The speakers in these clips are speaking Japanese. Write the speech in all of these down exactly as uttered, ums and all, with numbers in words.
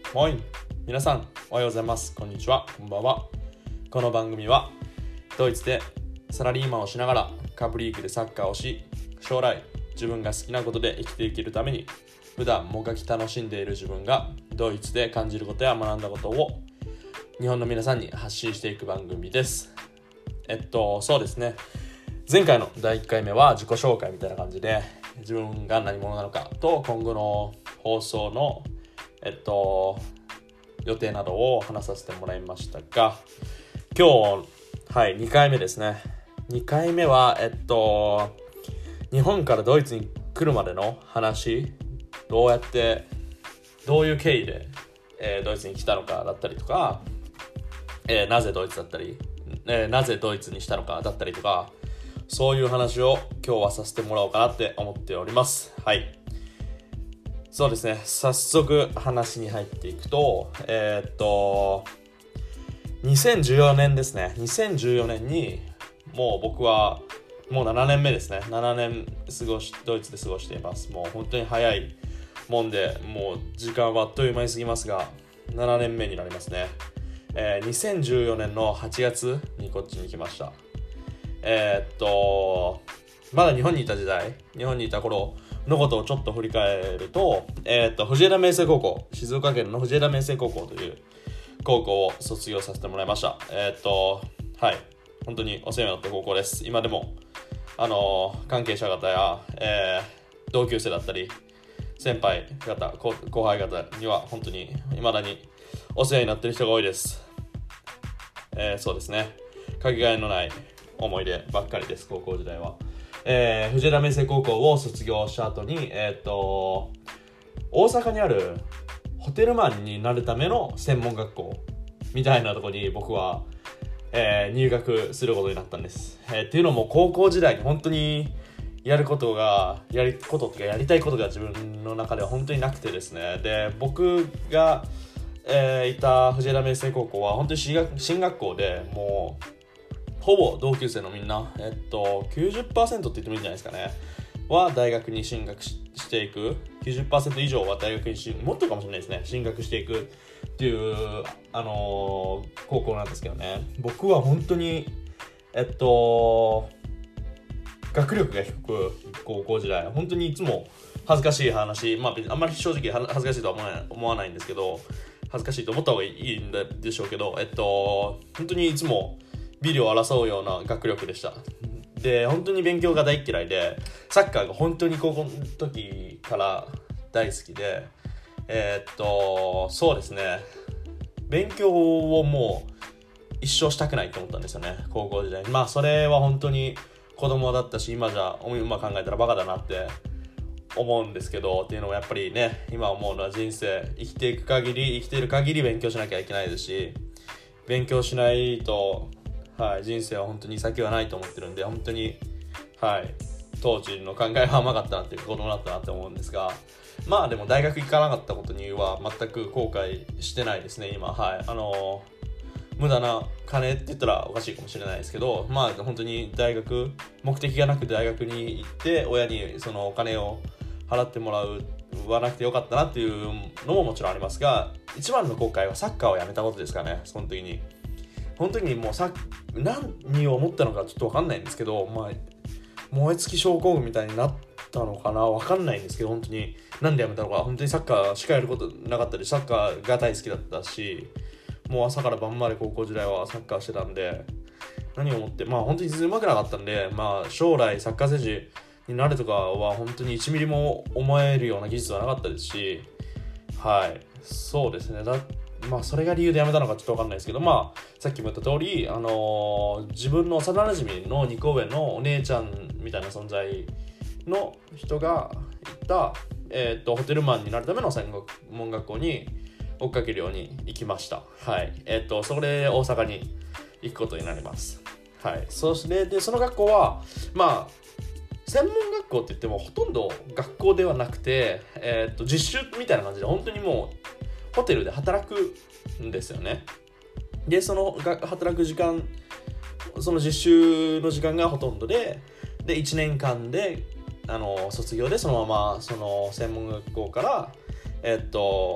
モイン、皆さんおはようございます。こんにちは、こんばんは。この番組はドイツでサラリーマンをしながらカブリークでサッカーをし、将来自分が好きなことで生きていけるために普段もがき楽しんでいる自分がドイツで感じることや学んだことを日本の皆さんに発信していく番組です。えっとそうですね前回のだいいっかいめは自己紹介みたいな感じで自分が何者なのかと今後の放送のえっと予定などを話させてもらいましたが、今日はいにかいめですね。にかいめはえっと日本からドイツに来るまでの話、どうやってどういう経緯で、えー、ドイツに来たのかだったりとか、えー、なぜドイツだったり、えー、なぜドイツにしたのかだったりとか、そういう話を今日はさせてもらおうかなって思っております。はい。そうですね。早速話に入っていくと、えー、っとにせんじゅうよねんですね。にせんじゅうよねんにもう僕はもうななねんめですね。ななねん過ごしドイツで過ごしています。もう本当に早いもんで、もう時間はあっという間に過ぎますが、ななねんめになりますね。えー、にせんじゅうよねんのはちがつにこっちに来ました。えー、っとまだ日本にいた時代、日本にいた頃のことをちょっと振り返ると、えー、っと藤枝明誠高校、静岡県の藤枝明誠高校という高校を卒業させてもらいました。えー、っとはい本当にお世話になった高校です。今でもあの関係者方や、えー、同級生だったり先輩方、後輩方には本当に未だにお世話になっている人が多いです。えー、そうですねかけがえのない思い出ばっかりです。高校時代は、えー、藤枝明誠高校を卒業した後に、えー、と大阪にあるホテルマンになるための専門学校みたいなところに僕は、えー、入学することになったんです。えー、っていうのも高校時代に本当にやることがやりことっていうかやりたいことが自分の中では本当になくてですね。で僕が、えー、いた藤枝明誠高校は本当に進学、進学校でもうほぼ同級生のみんな、えっと、きゅうじゅっパーセントって言ってもいいんじゃないですかねは大学に進学 し, していく きゅうじゅっパーセント 以上は大学にしもっとかもしれないですね進学していくっていう、あのー、高校なんですけどね。僕は本当にえっと学力が低く高校時代本当にいつも恥ずかしい話、まあ、あんまり正直恥ずかしいとは思わない、思わないんですけど、恥ずかしいと思った方がいいんでしょうけど、えっと本当にいつもビリを争うような学力でした。で本当に勉強が大嫌いで、サッカーが本当に高校の時から大好きで、えー、っとそうですね勉強をもう一生したくないと思ったんですよね、高校時代に。まあそれは本当に子供だったし、今じゃ今考えたらバカだなって思うんですけど、っていうのもやっぱりね、今思うのは人生生きていく限り生きている限り勉強しなきゃいけないですし、勉強しないとはい、人生は本当に先はないと思ってるんで、本当に、はい、当時の考えは甘かったなっていう子供だったなって思うんですが、まあでも大学行かなかったことには全く後悔してないですね今。はい、あの無駄な金って言ったらおかしいかもしれないですけど、まあ本当に大学目的がなくて大学に行って親にそのお金を払ってもらうはなくてよかったなっていうのももちろんありますが、一番の後悔はサッカーをやめたことですかね。その時に本当にもうさ何を思ったのかちょっと分かんないんですけど、まあ、燃え尽き症候群みたいになったのかな分かんないんですけど、本当になんでやめたのか、本当にサッカーしかやることなかったり、サッカーが大好きだったし、もう朝から晩まで高校時代はサッカーしてたんで、何を思ってまあ本当に全然上手くなかったんで、まあ将来サッカー選手になるとかは本当にいちミリも思えるような技術はなかったですし、はいそうですねだまあそれが理由で辞めたのかちょっと分かんないですけど、まあさっきも言った通り、あのー、自分の幼馴染のにこ上のお姉ちゃんみたいな存在の人が行った、えー、とホテルマンになるための専門学校に追っかけるように行きました。はい、えっ、ー、とそれで大阪に行くことになります。はい、そしてでその学校はまあ専門学校って言ってもほとんど学校ではなくて、えー、と実習みたいな感じで本当にもうホテルで働くんですよね。でその働く時間、その実習の時間がほとんどで、でいちねんかんであの卒業でそのままその専門学校からえっと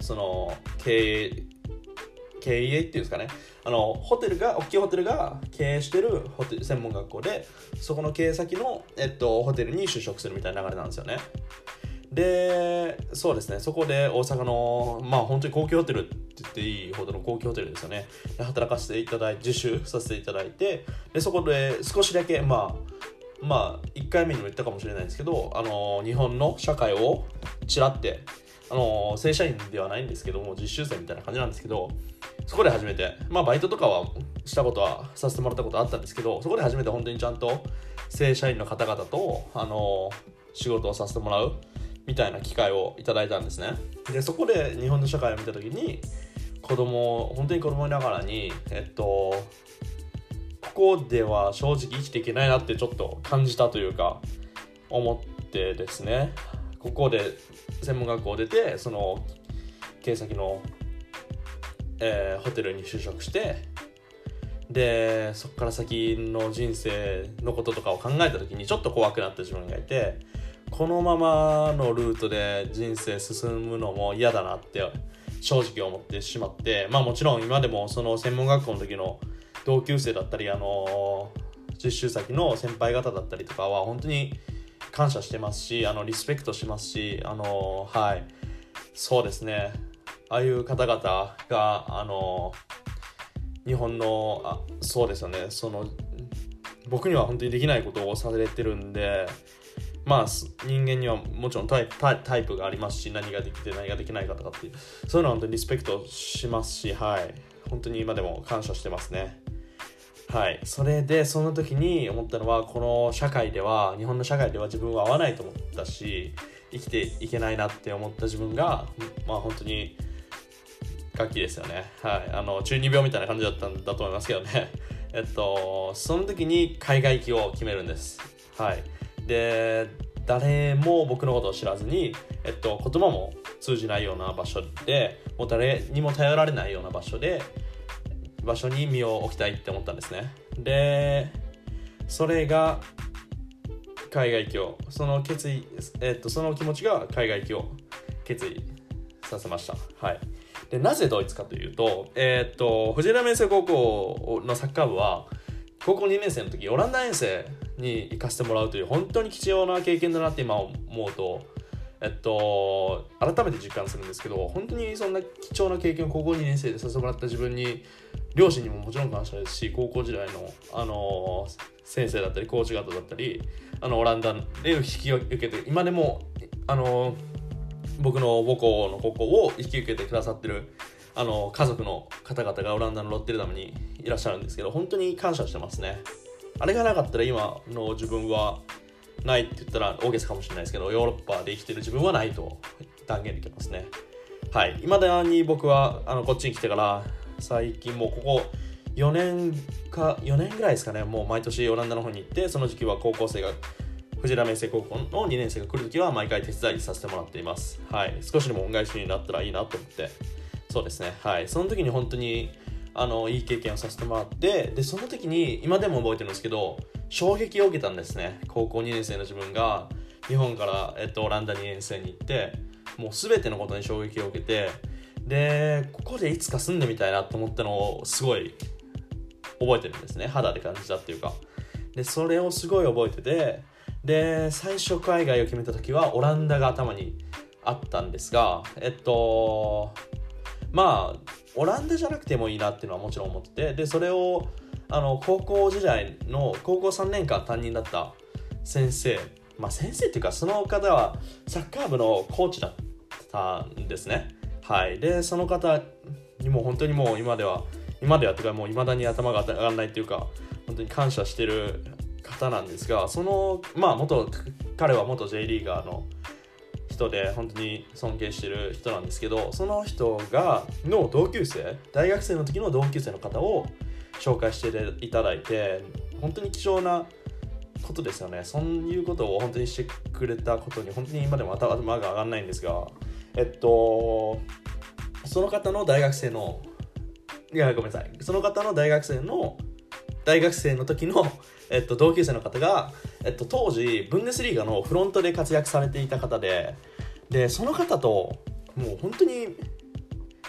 その経営経営っていうんですかね、あのホテルが大きいホテルが経営してるホテル専門学校で、そこの経営先の、えっと、ホテルに就職するみたいな流れなんですよね。でそうですね、そこで大阪のまあ本当に高級ホテルって言っていいほどの高級ホテルですよね、で働かせていただいて自習させていただいて、でそこで少しだけまあまあいっかいめにも言ったかもしれないんですけど、あの日本の社会をちらってあの正社員ではないんですけども実習生みたいな感じなんですけど、そこで初めて、まあバイトとかはしたことはさせてもらったことあったんですけど、そこで初めて本当にちゃんと正社員の方々とあの仕事をさせてもらうみたいな機会をいただいたんですね。でそこで日本の社会を見た時に、子供本当に子供ながらにえっとここでは正直生きていけないなってちょっと感じたというか思ってですね、ここで専門学校を出てその経営先の、えー、ホテルに就職して、でそこから先の人生のこととかを考えた時にちょっと怖くなった自分がいて、このままのルートで人生進むのも嫌だなって正直思ってしまって、まあもちろん今でもその専門学校の時の同級生だったり、あの実習先の先輩方だったりとかは本当に感謝してますし、あのリスペクトしますし、あのはいそうですね、ああいう方々があの日本のあそうですよね、その僕には本当にできないことをされてるんで、まあ人間にはもちろんタイプ、タイプがありますし、何ができて何ができないかとかっていう、そういうのは本当にリスペクトしますし、はい本当に今でも感謝してますね。はい、それでその時に思ったのは、この社会では日本の社会では自分は合わないと思ったし、生きていけないなって思った自分がまあ本当にガキですよね。はい、あの中二病みたいな感じだったんだと思いますけどね。えっとその時に海外行きを決めるんです。はい。で誰も僕のことを知らずに、えっと言葉も通じないような場所で、もう誰にも頼られないような場所で場所に身を置きたいって思ったんですね。でそれが海外行きをその決意、えっとその気持ちが海外行きを決意させました。はい。でなぜドイツかというと、えー、っと藤枝明誠高校のサッカー部は高校にねん生の時オランダ遠征に行かせてもらうという本当に貴重な経験だなって今思うと、えっと改めて実感するんですけど、本当にそんな貴重な経験を高校にねん生でさせてもらった自分に、両親にももちろん感謝ですし、高校時代の、あのー、先生だったりコーチ方だったり、あのオランダで引き受けて今でもあのー僕の母校の高校を引き受けてくださってるあの家族の方々がオランダのロッテルダムにいらっしゃるんですけど、本当に感謝してますね。あれがなかったら今の自分はないって言ったら大げさかもしれないですけど、ヨーロッパで生きてる自分はないと断言できますね。はい。未だに僕はあのこっちに来てから最近もうここよねんかよねんぐらいですかね、もう毎年オランダの方に行って、その時期は高校生が藤枝明誠高校のにねん生が来るときは毎回手伝いさせてもらっています。はい、少しでも恩返しになったらいいなと思って、そうですね。はい、その時に本当にあのいい経験をさせてもらって、でその時に今でも覚えてるんですけど、衝撃を受けたんですね。高校にねん生の自分が日本から、えっと、オランダにねん生に行って、もう全てのことに衝撃を受けて、でここでいつか住んでみたいなと思ったのをすごい覚えてるんですね。肌で感じたっていうか、でそれをすごい覚えてて、で最初海外を決めた時はオランダが頭にあったんですが、えっとまあオランダじゃなくてもいいなっていうのはもちろん思ってて、でそれをあの高校時代の高校さんねんかん担任だった先生、まあ先生っていうかその方はサッカー部のコーチだったんですね。はい。でその方にも本当にもう今では今ではっていうかもう未だに頭が上がらないっていうか、本当に感謝してる方なんですが、そのまあ元彼は元 J リーガーの人で本当に尊敬してる人なんですけど、その人がの同級生、大学生の時の同級生の方を紹介していただいて、本当に貴重なことですよね。そういうことを本当にしてくれたことに本当に今でも頭が上がらないんですが、えっとその方の大学生のいやごめんなさいその方の大学生の大学生の時の、えっと、同級生の方が、えっと、当時ブンデスリーガのフロントで活躍されていた方で、でその方ともう本当に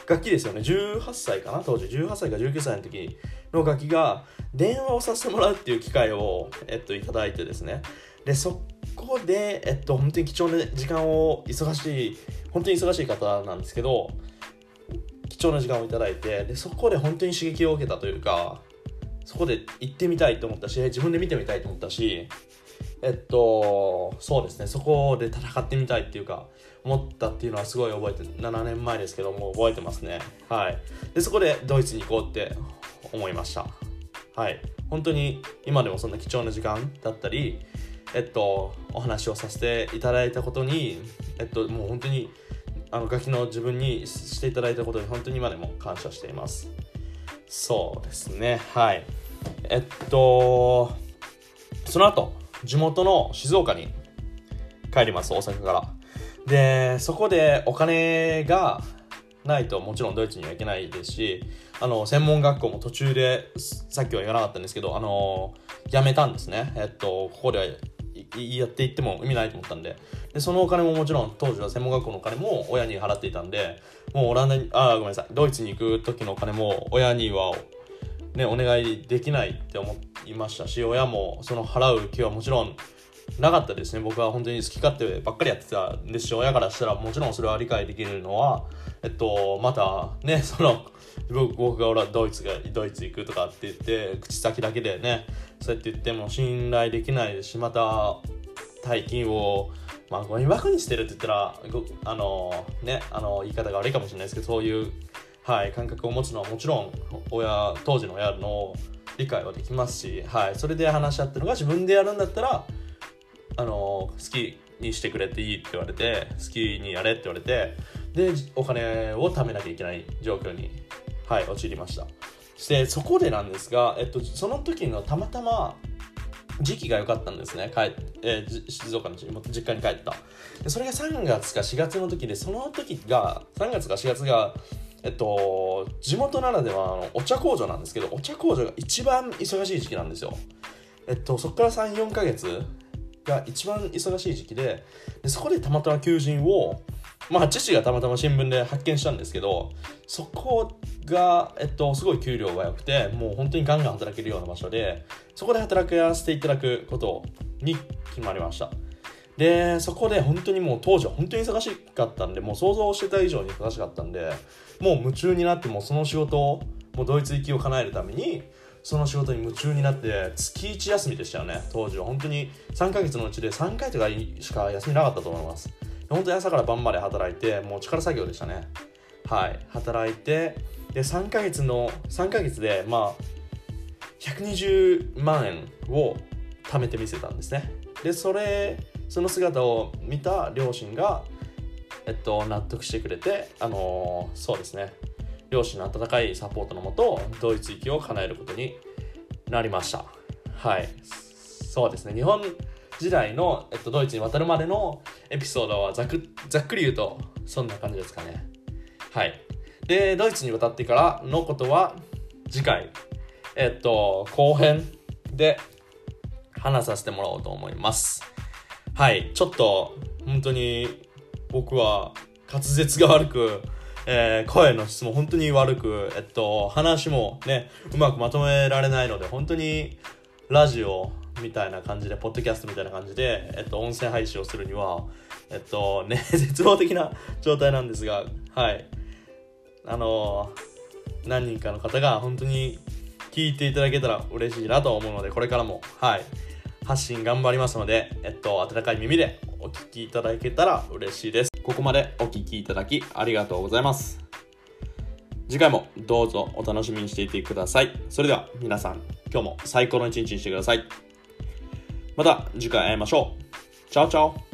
楽器ですよね。じゅうはっさいかな、当時じゅうはっさいかじゅうきゅうさいの時の楽器が電話をさせてもらうっていう機会を、えっと、いただいてですね、でそこで、えっと、本当に貴重な時間を忙しい本当に忙しい方なんですけど、貴重な時間をいただいて、でそこで本当に刺激を受けたというか、そこで行ってみたいと思ったし、自分で見てみたいと思ったし、えっとそうですね、そこで戦ってみたいっていうか思ったっていうのはすごい覚えて、ななねんまえですけども覚えてますね。はい。でそこでドイツに行こうって思いました。はい。本当に今でもそんな貴重な時間だったり、えっとお話をさせていただいたことに、えっともう本当にあの楽器の自分にしていただいたことに本当に今でも感謝しています。そうですね。はい。えっとその後地元の静岡に帰ります、大阪から。でそこでお金がないともちろんドイツには行けないですし、あの専門学校も途中でさっきは言わなかったんですけど、あの辞めたんですね。えっとここではやっていっても意味ないと思ったんで、でそのお金ももちろん当時は専門学校のお金も親に払っていたんで、もうオランダにあごめんなさいドイツに行く時のお金も親にはねお願いできないって思いましたし、親もその払う気はもちろんなかったですね。僕は本当に好き勝手ばっかりやってたんですし、親からしたらもちろんそれは理解できるのは、えっとまたねその僕が俺はドイツがドイツ行くとかって言って口先だけでねそうやって言っても信頼できないですし、また大金をまあゴミ箱にしてるって言ったらあのねあの言い方が悪いかもしれないですけど、そういうはい感覚を持つのはもちろん親当時の親の理解はできますし、はい、それで話し合ったのが自分でやるんだったらあの好きにしてくれていいって言われて、好きにやれって言われて、でお金を貯めなきゃいけない状況に、はい、陥りました。そしてそこでなんですが、えっと、その時のたまたま時期が良かったんですね。帰っえー、静岡の実家に帰ったでそれがさんがつかしがつの時で、その時がさんがつかしがつがえっと地元ならではのお茶工場なんですけど、お茶工場が一番忙しい時期なんですよ。えっとそこから さん,よん ヶ月が一番忙しい時期 で, でそこでたまたま求人をまあ父がたまたま新聞で発見したんですけど、そこが、えっと、すごい給料が良くて、もう本当にガンガン働けるような場所で、そこで働かせていただくことに決まりました。でそこで本当にもう当時は本当に忙しかったんで、もう想像してた以上に忙しかったんで、もう夢中になって、もうその仕事をもうドイツ行きを叶えるためにその仕事に夢中になって、月いち休みでしたよね。当時は本当にさんかげつのうちでさんかいとかしか休みなかったと思います。本当に朝から晩まで働いて、もう力作業でしたね。はい働いて、でさんかげつのさんかげつでまあひゃくにじゅうまんえんを貯めてみせたんですね。でそれその姿を見た両親がえっと納得してくれて、あのー、そうですね両親の温かいサポートのもとドイツ行きを叶えることになりました。はいそうですね日本時代の、えっと、ドイツに渡るまでのエピソードはざ く, ざっくり言うとそんな感じですかね。はいでドイツに渡ってからのことは次回えっと後編で話させてもらおうと思います。はいちょっと本当に僕は滑舌が悪く、えー、声の質も本当に悪く、えっと話もねうまくまとめられないので、本当にラジオみたいな感じでポッドキャストみたいな感じで、えっと、音声配信をするにはえっとね絶望的な状態なんですが、はいあのー、何人かの方が本当に聞いていただけたら嬉しいなと思うので、これからもはい発信頑張りますので、えっと温かい耳でお聞きいただけたら嬉しいです。ここまでお聞きいただきありがとうございます。次回もどうぞお楽しみにしていてください。それでは皆さん今日も最高の一日にしてください。また次回会いましょう。チャオチャオ。